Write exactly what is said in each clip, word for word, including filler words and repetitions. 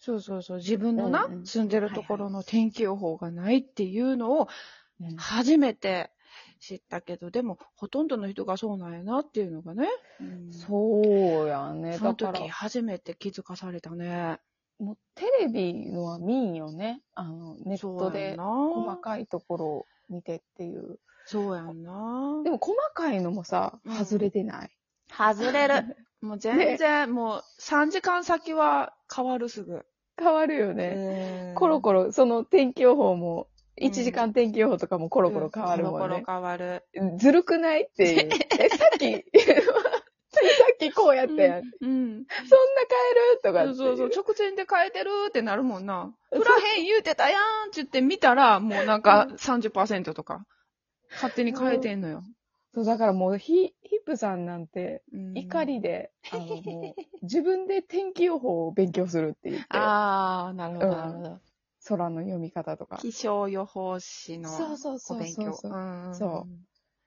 そうそうそう。自分のな、 うんうん、 住んでるところの天気予報がないっていうのを、初めて知ったけど、うん、でも、ほとんどの人がそうなんやなっていうのがね。 うん、そうやね。 その時、初めて気づかされたね。 もうテレビのは見んよね。あの、ネットで細かいところを見てっていう。 そうやんな。 でも細かいのもさ、外れてない。 うん、外れる。もう全然、ね、もうさんじかん先は変わるすぐ。 変わるよね。えー、コロコロ、その天気予報も、いちじかん天気予報とかもコロコロ変わるもんね。うん、コロコロ変わる。 ずるくないっていう。え、さっき、ついさっきこうやったやん。うん。うん、そんな変えるとかって。 そうそうそう、直前で変えてるってなるもんな。降らへん言うてたやんって言って見たら、もうなんか さんじゅっパーセント とか、勝手に変えてんのよ。 そう、だからもうヒ、ヒップさんなんて、怒りで、あの、もう、自分で天気予報を勉強するって言って。 ああ、なるほど、なるほど、うん。 空の読み方とか。 気象予報士のお勉強。 そうそうそうそうそう。うん、そう。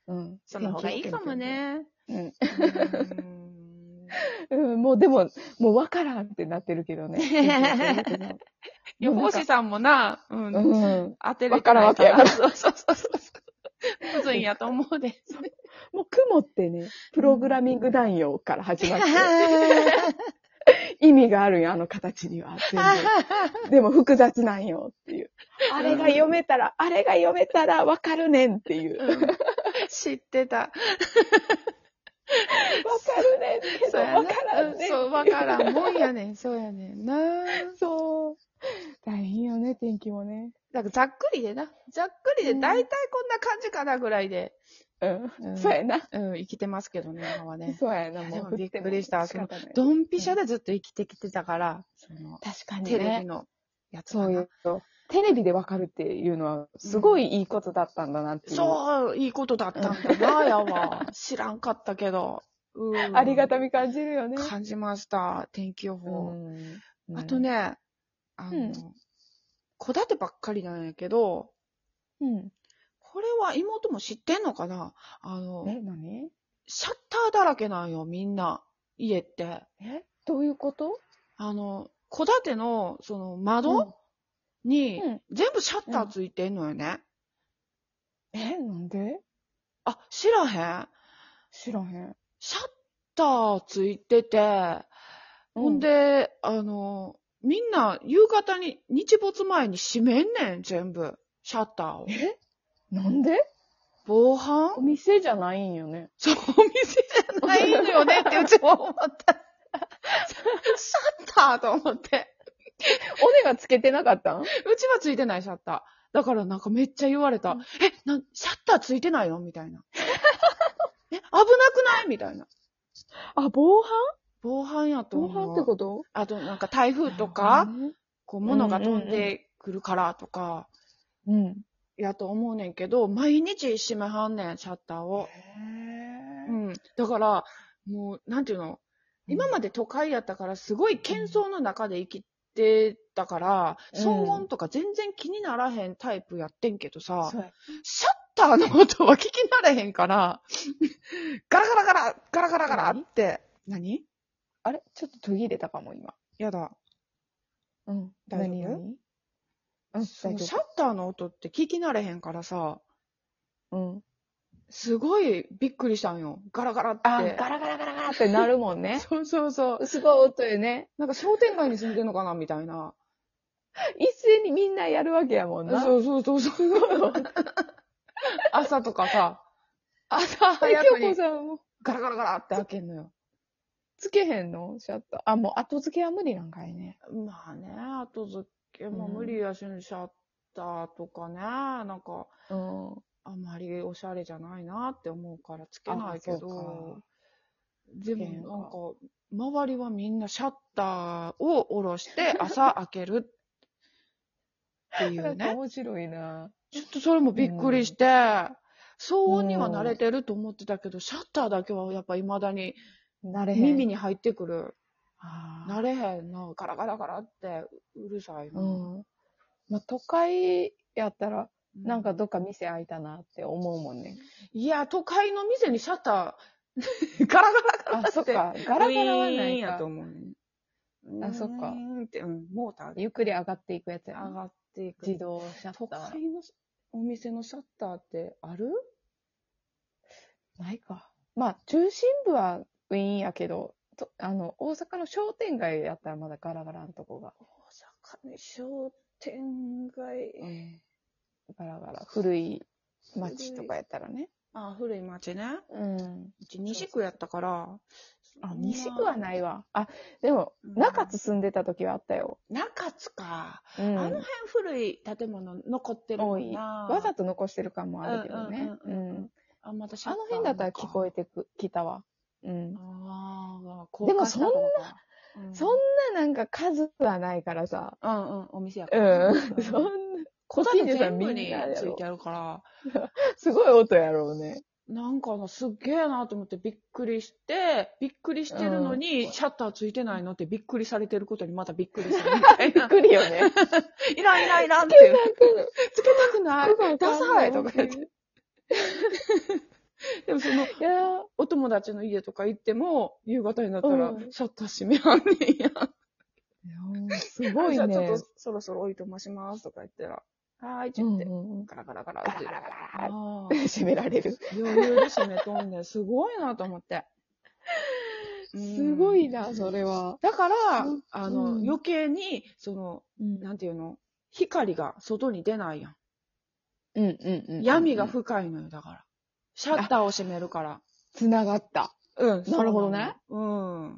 うん。 その方がいいかもね。 うん。うん、もうでも、もう分からんってなってるけどね。 予報士さんもな、うん。うん、当てれてないから。 分からんわけやから。 そうそうそうそう。むずいんやと思うで。 もう雲ってね、プログラミング内容から始まって。意味があるよ、あの形には。全部。でも複雑なんよっていう。あれが読めたら、うん、あれが読めたらわかるねんっていう。うん、 知ってた。わかるねんけど、わからんねん。 そう、わからんもんやねん。そうやねんな。 そう。大変よね、天気もね。 だからざっくりでな。ざっくりで、だいたいこんな感じかなぐらいで。 うん。うん、そうやな。 うん、生きてますけどね、今はね。 そうやな、もう。 でもびっくりした。その、ドンピシャでずっと生きてきてたから、 その、確かにね。 テレビのやつそういうと。テレビでわかるっていうのは、すごいいいことだったんだなっていう。 うん、そう、いいことだったんだな、やわ。知らんかったけど。 うん、ありがたみ感じるよね。 感じました、天気予報。うんうん、あとね、あの、戸、うん、建てばっかりなんやけど、うん、これは妹も知ってんのかな？あの、 え、何？ シャッターだらけなんよ、みんな。家って。 え？どういうこと？ あの、戸建ての、その、窓、うん、に、うん、全部シャッターついてんのよね。 うん、え、なんで？ あ、知らへん？ 知らへん。 シャッターついてて、うん、ほんで、あの、みんな夕方に、日没前に閉めんねん、全部。シャッターを。 え？なんで？ 防犯？ お店じゃないんよね。 そう、お店じゃないのよねってうちも思った。シャッターと思って。 お値がつけてなかったん？ うちはついてないシャッター。だからなんかめっちゃ言われた。うん、え、な、シャッターついてないのみたいな。え、危なくないみたいな。 あ、防犯？ 防犯やと思う。 防犯ってこと？ あとなんか台風とか、ね、こう物が飛んでくるからとか、うん、やと思うねんけど、毎日閉めはんねん、シャッターを。へー。うん。だから、もう、なんていうの、今まで都会やったからすごい喧騒の中で生きてたから、うん、騒音とか全然気にならへんタイプやってんけどさ、うん、シャッターの音は聞きなれへんから、ガラガラガラ、ガラガラガラって、何？ あれちょっと途切れたかも、今。 やだ。 うん。 大丈夫？ うん、 そのシャッターの音って聞きなれへんからさ、 うん。 すごいびっくりしたんよ。ガラガラって。 あ、ガラガラガラガラってなるもんね。 そうそうそう。 すごい音よね。 なんか商店街に住んでんのかなみたいな。 一斉にみんなやるわけやもんな。 そうそうそうそう。すごい。朝とかさ、朝早くにガラガラガラって開けんのよ。 つけへんのシャッター。あ、もう後付けは無理なんかいね。 まあね、後付けも無理やし、うん、シャッターとかね、なんか、うん、あんまりおしゃれじゃないなって思うからつけないけど、でもなんか、周りはみんなシャッターを下ろして朝開けるっていうね。 面白いな。 ちょっとそれもびっくりして、うん、騒音には慣れてると思ってたけど、シャッターだけはやっぱ未だに耳に入ってくる。慣れへんな。ガラガラガラってうるさいな。うん。 まあ、都会やったら、なんかどっか店開いたなって思うもんね。 いや、都会の店にシャッター、ガラガラガラって。 あ、そっか。ガラガラはないか。 やと思うね。 あ、そっか。 うーんって、うん、モーターでゆっくり上がっていくやつやな。 上がっていく。 自動シャッ都ター。 会のお店のシャッターってある？ ないか。まあ、中心部はウィーンやけど、とあの、大阪の商店街やったらまだガラガラのとこが。 大阪に商店街。 うんガラガラ。古い町とかやったらね。 あ、古い町ね。 うん。 うち西区やったから。 あ、西区はないわ。あ、でも、中津住んでた時はあったよ。 中津か。 うん、 あの辺古い建物残ってるもんな。 わざと残してる感もあるけどね。うん。あ、またあの辺だったら聞こえてく、きたわ。うん。ああ、でもそんな、うん、そんななんか数はないからさ。 うんうん、お店やから。うん。そんな。 小戸建て全部についてあるから。 すごい音やろうね。 なんかな、すっげえなと思ってびっくりして、びっくりしてるのに、うん、シャッターついてないのってびっくりされてることにまたびっくりするみたいな。 びっくりよね。 いらんいらんいらんって。つけたくない。ダサいとか言って。でもその、いやお友達の家とか行っても、夕方になったら、シャッター閉めはんねんや。いやすごいね。じゃあちょっとそろそろおいとましますとか言ったら、はーいって言って、うんうん、ガラガラガラって。ガラガラガラガラ閉められる。余裕で閉めとんねん。すごいなと思って。 すごいな、それは。 だから、あの、うん、余計に、その、うん、なんていうの、光が外に出ないやん。 うんうんうん。 闇が深いのよ、だから。シャッターを閉めるから。 繋がった。 うん。 なるほどね。 うん。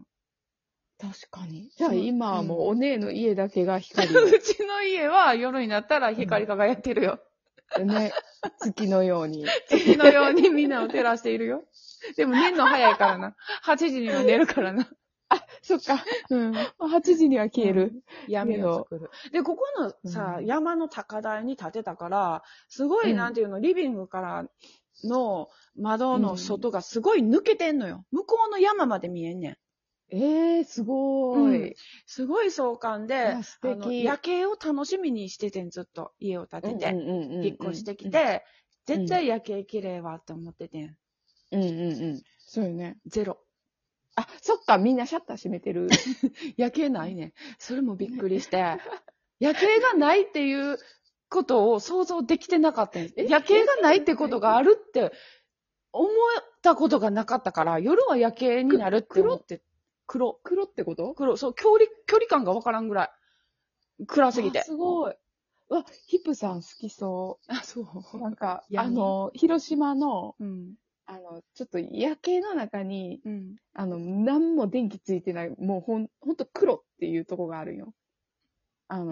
確かに。じゃあ今はもうお姉の家だけが光を。うちの家は夜になったら光り輝いてるよ。 うん、ね。月のように。 月のようにみんなを照らしているよ。でも寝るの早いからな。はちじには寝るからな。 あ、そっか。うん。はちじには消える。うん、 闇を作る。で、ここのさ、うん、山の高台に建てたから、すごい、なんていうの、リビングからの窓の外がすごい抜けてんのよ。向こうの山まで見えんねん。 ええー、すごい、うん。 すごい壮観で、素敵。あの夜景を楽しみにしててん、ずっと家を建てて、引っ越してきて、絶対夜景綺麗わって思っててん。 うんうんうん。そうよね。 ゼロ。 あ、そっか、みんなシャッター閉めてる。 夜景ないね。それもびっくりして。夜景がないっていうことを想像できてなかったんです。夜景がないってことがあるって思ったことがなかったから、夜は夜景になるって思って。黒。 黒ってこと？ 黒。そう、距離、距離感がわからんぐらい。暗すぎて。 すごい。わ、ヒップさん好きそう。 あ、そう。 なんか、あの、広島の、 うん、 あの、ちょっと夜景の中に、 うん、 あの、何も電気ついてない、もうほん、ほんと黒っていうとこがあるよ。あの、うん、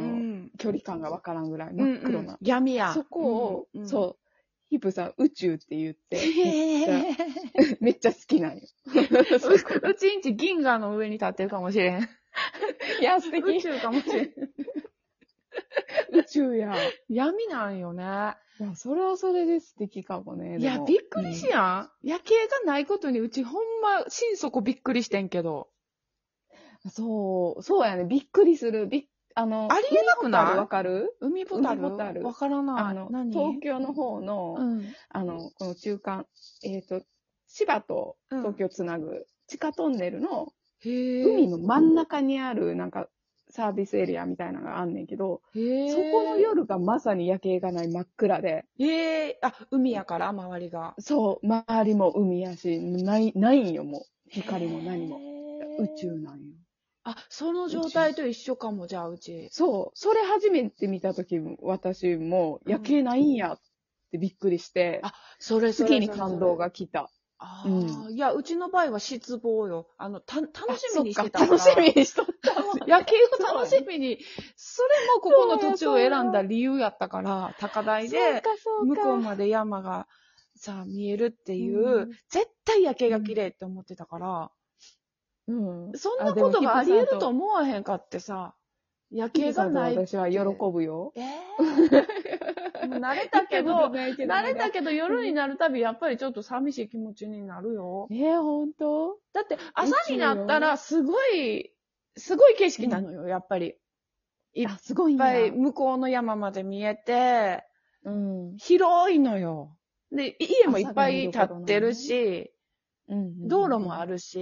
距離感がわからんぐらい真っ黒な。うんうん、 闇や。 そこを、うんうん、そう、ヒップさん宇宙って言って、めっちゃ、めっちゃ好きなんよ。 うちんち銀河の上に立ってるかもしれん。 いや、素敵。 宇宙かもしれん。 宇宙や。 闇なんよね。 いや、それはそれで素敵かもね。 いや、びっくりしやん。うん、夜景がないことにうちほんま心底びっくりしてんけど。 そう、そうやね。びっくりする。びっあの、 ありえなくない？ わかる？ 海ホタル？ 海ホタル。 わからない。 あの、東京の方の、うん、あの、この中間、えっと、千葉と東京つなぐ地下トンネルの、海の真ん中にある、なんか、サービスエリアみたいなのがあんねんけど、そこの夜がまさに夜景がない真っ暗で。 へえ、あ、海やから、周りが。 そう、周りも海やし、ない、ないんよ、もう。光も何も。宇宙なんよ。 あ、その状態と一緒かも、じゃあ、うち。 そう。それ初めて見たとき、私も夜景ないんやってびっくりして。 うん、あ、それそれ。 次に感動が来た。 ああ、うん、いや、うちの場合は失望よ。あの、た、楽しみにしてたから。楽しみにしとったわ。 夜景を楽しみに、それもここの土地を選んだ理由やったから、高台で、向こうまで山がさ、見えるっていう、うん、絶対夜景が綺麗って思ってたから、うん、そんなことがあり得ると思わへんかってさ、夜景がない。 私は喜ぶよ。 えー、慣れたけど、慣れたけど夜になるたびやっぱりちょっと寂しい気持ちになるよ。 えー、ほんと？ だって朝になったらすごい、すごい景色なのよ、やっぱり。いっぱい向こうの山まで見えて、うん、広いのよ。で、家もいっぱい建ってるし、うん、道路もあるし、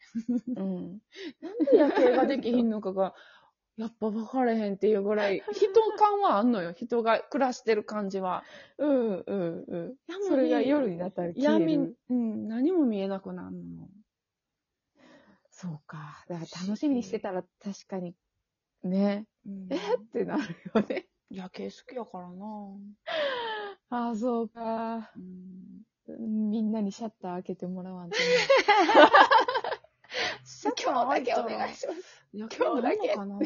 うん。 なんで夜景ができひんのかが、やっぱ分かれへんっていうぐらい、人感はあんのよ。人が暮らしてる感じは。 うんうんうん。それが夜になったら消える。 闇、うん、何も見えなくなるの。 そうか。だから楽しみにしてたら確かに、ね。うん、えってなるよね。 夜景好きやからな。 ああ、そうか、うん。みんなにシャッター開けてもらわんとね。 シャッター開いたら。今日だけお願いします。今日だけ。かな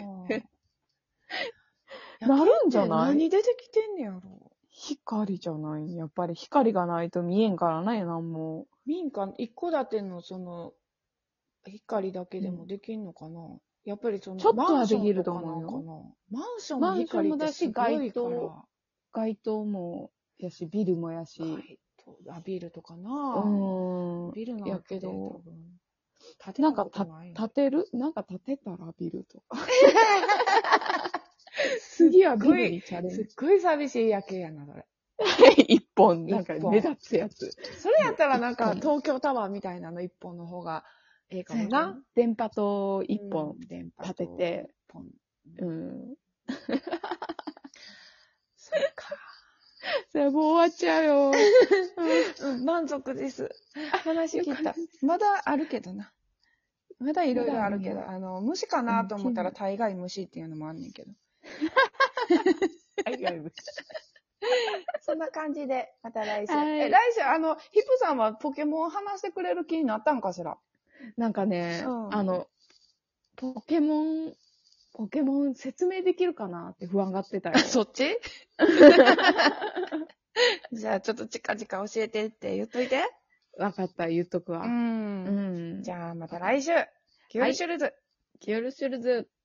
なるんじゃない？何出てきてんねやろ。 光じゃない。やっぱり光がないと見えんからね、なんも。 民家、一戸建てのその、光だけでもできんのかな、うん、やっぱりその、 ちょっとはできると思うよ。 マンションの光ってすごいから。 街灯もやし、ビルもやし。 街灯、あ、ビルとかな。 うん。 ビルなんやけど、 多分なんかた、建てるなんか建てたらビルとか。次はビルにチャレンジ。 すっごい寂しい夜景やな、それ。 一本、なんか目立つやつ。 それやったらなんか東京タワーみたいなの一本の方がええかもな。 電波塔一本立てて。 うん。 そっか。それもう終わっちゃうよ。 うん、満足です。話聞いた。まだあるけどな。まだいろいろあるけど、あの、虫かなと思ったら大概虫っていうのもあんねんけど。 大概虫。 そんな感じで、また来週。はい、え、来週、あの、ヒップさんはポケモン話してくれる気になったんかしら？ なんかね、うん、あの、ポケモン、ポケモン説明できるかなって不安がってたよ。 そっちじゃあ、ちょっと近々教えてって言っといて。 わかった、言っとくわ。 うん。うん。じゃあ、また来週。キュールシュルズ。 キュールシュルズ。